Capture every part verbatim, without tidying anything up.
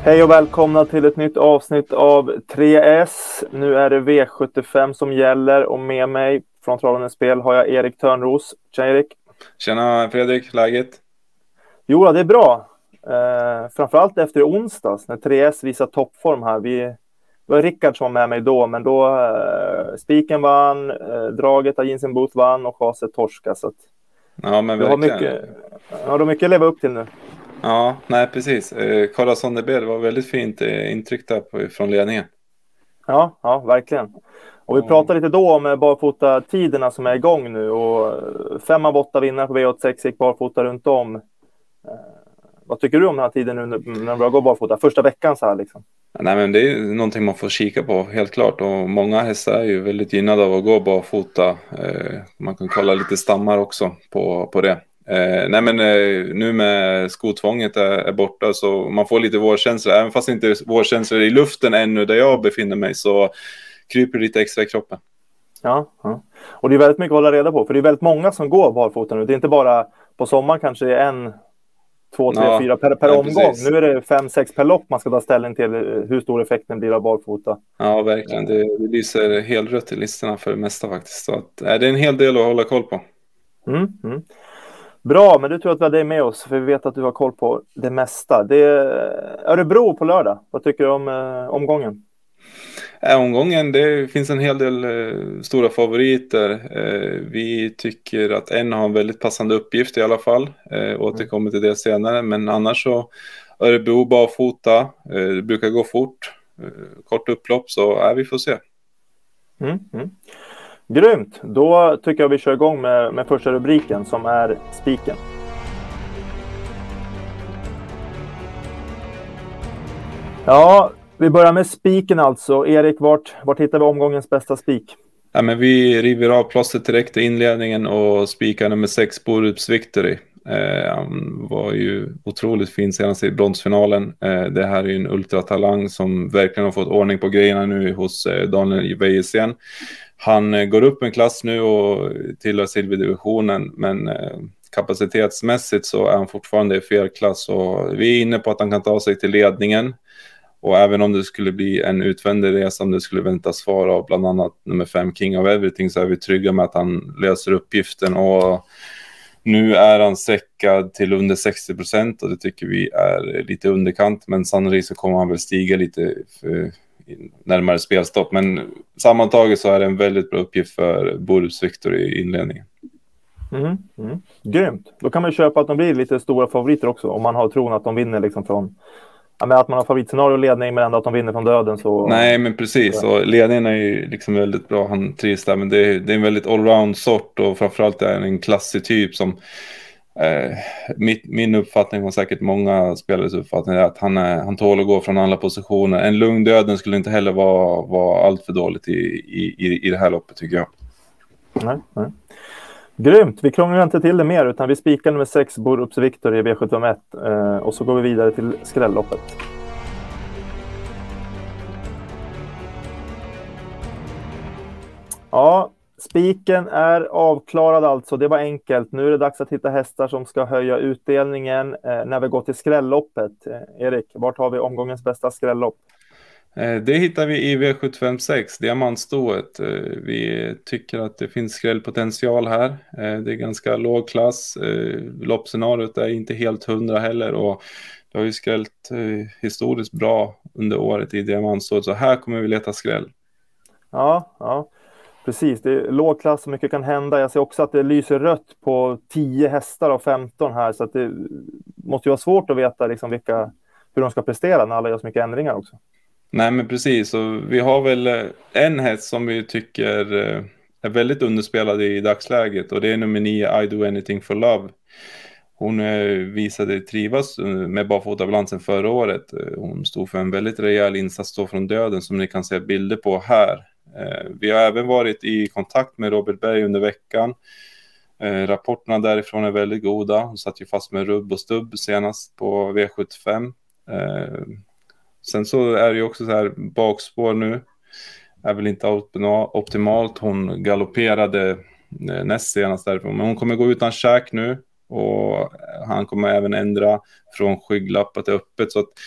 Hej och välkomna till ett nytt avsnitt av tre S. Nu är det V sjuttiofem som gäller och med mig från Trollhättans spel har jag Erik Törnros. Tjena Erik. Tjena Fredrik, läget? Jo, det är bra. Eh, framförallt efter onsdags när tre S visar toppform här. Vi, det var Rickard som var med mig då, men då eh, Spiken vann, eh, Draget av Jensen Booth vann och Chaset torska. Så att Ja, men du har verkligen. mycket, har du mycket att leva upp till nu. Ja, nej precis. Eh, Corazon de Bell var väldigt fint eh, intryck där på, från ledningen. Ja, ja, verkligen. Och vi Ja. pratade lite då om barfota tiderna som är igång nu och fem av åtta vinnare på V åttiosex gick barfota runt om. Eh, vad tycker du om den här tiden nu när de börjar gå barfota? Första veckan så här liksom. Nej, men det är någonting man får kika på helt klart, och många hästar är ju väldigt gynnade av att gå barfota. Eh, man kan kolla lite stammar också på, på det. Eh, nej men eh, nu med skotvånget är, är borta så man får lite vårkänsla, även fast inte vårkänslor i luften ännu där jag befinner mig, så kryper lite extra i kroppen. Ja, ja, och det är väldigt mycket att hålla reda på, för det är väldigt många som går barfota nu. Det är inte bara på sommaren kanske det är en, två, tre, Ja, fyra per, per ja, omgång. precis. Nu är det fem, sex per lopp man ska ta ställning till hur stor effekten blir av barfota. Ja, verkligen. Det, det lyser helrött i listorna för det mesta faktiskt. Så att, äh, det är en hel del att hålla koll på. Mm, mm. Bra, men du tror att vi har dig med oss, för vi vet att du har koll på det mesta. Det är Örebro på lördag. Vad tycker du om eh, omgången? Äh, omgången, det finns en hel del eh, stora favoriter. Eh, vi tycker att en har en väldigt passande uppgift i alla fall. Eh, återkommer till det senare. Men annars så Örebro barfota. Eh, det brukar gå fort. Eh, kort upplopp, så äh, vi får se. Mm, mm. Grymt, då tycker jag vi kör igång med, med första rubriken som är spiken. Ja, vi börjar med spiken alltså. Erik, vart, vart hittar vi omgångens bästa spik? Ja, men vi river av plåstret direkt i inledningen och spikar nummer sex, Borups Victory. Eh, han var ju otroligt fin senast i bronsfinalen. Eh, det här är ju en ultratalang som verkligen har fått ordning på grejerna nu hos eh, Daniel Wäjersten. Han eh, går upp en klass nu och tillhör silverdivisionen, men eh, kapacitetsmässigt så är han fortfarande i fel klass, och vi är inne på att han kan ta sig till ledningen. Och även om det skulle bli en utvändig resa, om det skulle väntas svar av bland annat nummer fem King of Everything, så är vi trygga med att han löser uppgiften. Och nu är han sträckad till under sextio procent och det tycker vi är lite underkant. Men sannolikt så kommer han väl stiga lite för, närmare spelstopp. Men sammantaget så är det en väldigt bra uppgift för Borups Victory i inledningen. Mm, mm. Grymt. Då kan man köpa att de blir lite stora favoriter också, om man har tron att de vinner liksom från... Ja, men att man har favoritscenario och ledning, men ändå att de vinner från döden. Så... Nej, men precis. Och ledningen är ju liksom väldigt bra. Han trivs där, men det är, det är en väldigt allround sort, och framförallt är en klassig typ som... Eh, mitt, min uppfattning var säkert många spelares uppfattning är att han, är, han tål att gå från alla positioner. En lugn döden skulle inte heller vara, vara allt för dåligt i, i, i det här loppet, tycker jag. Nej, nej. Grymt, vi krånglar inte till det mer, utan vi spikar nummer sex Borups Victory i V sjuttiofem eh, och så går vi vidare till skrälloppet. Ja, spiken är avklarad alltså, det var enkelt. Nu är det dags att hitta hästar som ska höja utdelningen eh, när vi går till skrälloppet. Eh, Erik, vart har vi omgångens bästa skrällopp? Det hittar vi i V sjuttiofem sex, diamantstået. Vi tycker att det finns skrällpotential här. Det är ganska låg klass. Loppscenariot är inte helt hundra heller, och det har ju skrällt historiskt bra under året i diamantstået. Så här kommer vi leta skräll. Ja, ja. Precis, det är låg klass och mycket kan hända. Jag ser också att det lyser rött på tio hästar av femton här, så att det måste ju vara svårt att veta liksom vilka, hur de ska prestera när alla gör så mycket ändringar också. Nej, men precis, och vi har väl en häst som vi tycker är väldigt underspelad i dagsläget, och det är nummer nio, I Do Anything For Love. Hon visade trivas med barfotabalansen förra året. Hon stod för en väldigt rejäl insats då från döden, som ni kan se bilder på här. Vi har även varit i kontakt med Robert Berg under veckan. Rapporterna därifrån är väldigt goda. Hon satt ju fast med rubb och stubb senast på V sjuttiofem. Sen så är det ju också så här, bakspår nu är väl inte optimalt. Hon galopperade näst senast därifrån, men hon kommer gå utan käk nu, och han kommer även ändra från skygglappat till öppet, så att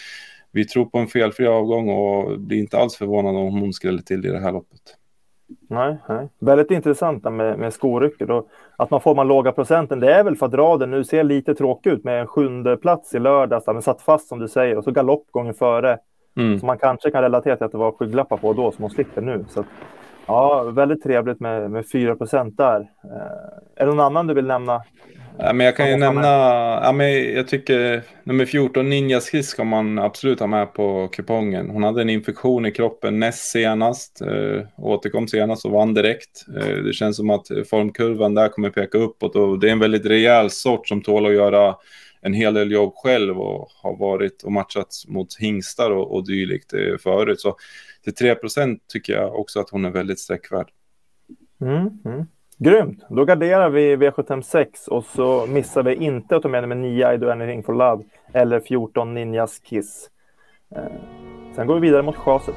vi tror på en felfri avgång och blir inte alls förvånade om hon skräller till i det här loppet. Nej, nej. Väldigt intressant med, med skorycket. Och att man får man låga procenten, det är väl för att raden nu ser lite tråkig ut med en sjunde plats i lördags. Den satt fast som du säger och så galopp gången före. Mm. Så man kanske kan relatera till att det var skygglappar på då som man slipper nu. Så att, ja, väldigt trevligt med, med fyra procent där. Eh, är det någon annan du vill nämna? Ja, men jag kan ju nämna, ja, men jag tycker nummer fjorton Ninjas Kiss ska man absolut ha med på kupongen. Hon hade en infektion i kroppen näst senast, eh, återkom senast och vann direkt. Eh, det känns som att formkurvan där kommer peka uppåt och det är en väldigt rejäl sort som tål att göra en hel del jobb själv och har varit och matchats mot hingstar och, och dylikt eh, förut. Så till tre procent tycker jag också att hon är väldigt sträckvärd. Mm, mm. Grymt, då garderar vi V sjuttiofex och så missar vi inte att ta med med nio I Do Anything for Love eller fjorton Ninjas Kiss. Eh, sen går vi vidare mot chaset.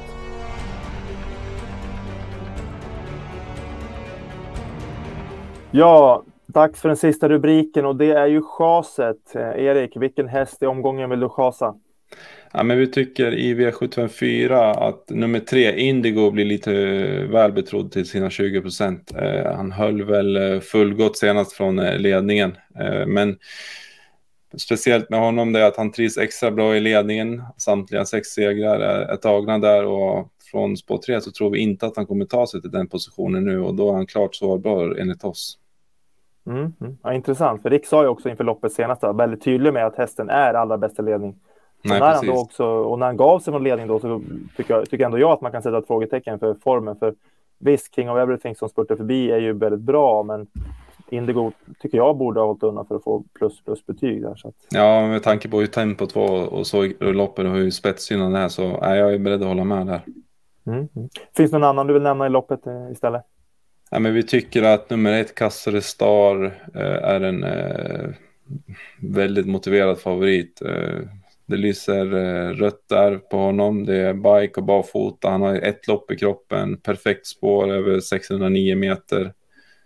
Ja, dags för den sista rubriken och det är ju chaset. Eh, Erik, vilken häst i omgången vill du chasa? Ja, men vi tycker i V sjuttiofyra att nummer tre, Indigo, blir lite väl betrodd till sina tjugo procent. Eh, han höll väl fullgott senast från eh, ledningen. Eh, men speciellt med honom det är att han trivs extra bra i ledningen. Samtliga sex segrar är, är tagna där och från spår tre så tror vi inte att han kommer ta sig till den positionen nu och då är han klart sårbar enligt oss. Mm, mm. Ja, intressant, för Rick sa ju också inför loppet senast väldigt tydlig med att hästen är allra bästa ledning. Nej, när han då också, och när han gav sig någon ledning då så tycker, jag, tycker ändå jag att man kan sätta ett frågetecken för formen. För visst, King of Everything som spurtar förbi är ju väldigt bra, men Indigo tycker jag borde ha hållit undan för att få plus plus betyg där. Så att... Ja, med tanke på hur tempot var och så i loppet och hur spetssynen är så är jag beredd att hålla med där. Mm, mm. Finns det någon annan du vill nämna i loppet eh, istället? Ja, men vi tycker att nummer ett, Kastare Star, eh, är en eh, väldigt motiverad favorit. Eh, Det lyser eh, rött där på honom. Det är bike och barfota. Han har ett lopp i kroppen. Perfekt spår över sexhundranio meter.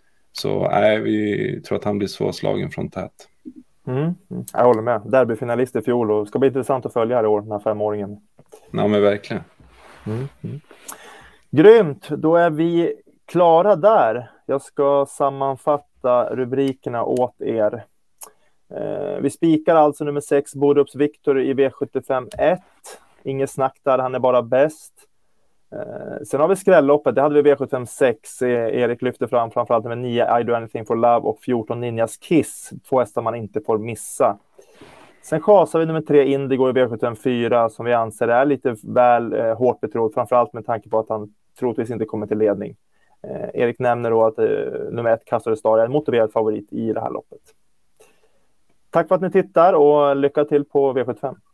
Så nej, vi tror att han blir svårslagen från tät. Mm. Jag håller med. Derbyfinalist i fjol och ska bli intressant att följa här i år, den här femåringen. Ja, men verkligen. Mm. Mm. Grymt, då är vi klara där. Jag ska sammanfatta rubrikerna åt er. Eh, vi spikar alltså nummer sex Borups Victor i V sjuttiofem ett. Inget snack där, han är bara bäst. Eh, sen har vi skrälloppet, det hade vi V sjuttiofem sex. Eh, Erik lyfter fram framförallt med nio I Do Anything for Love och fjorton Ninjas Kiss. Två hästar man inte får missa. Sen chasar vi nummer tre Indigo i V sjuttiofem fyra som vi anser är lite väl eh, hårt betrodd. Framförallt med tanke på att han troligtvis inte kommer till ledning. Eh, Erik nämner då att eh, nummer ett Kastare Star är en motiverad favorit i det här loppet. Tack för att ni tittar och lycka till på V sjuttiofem.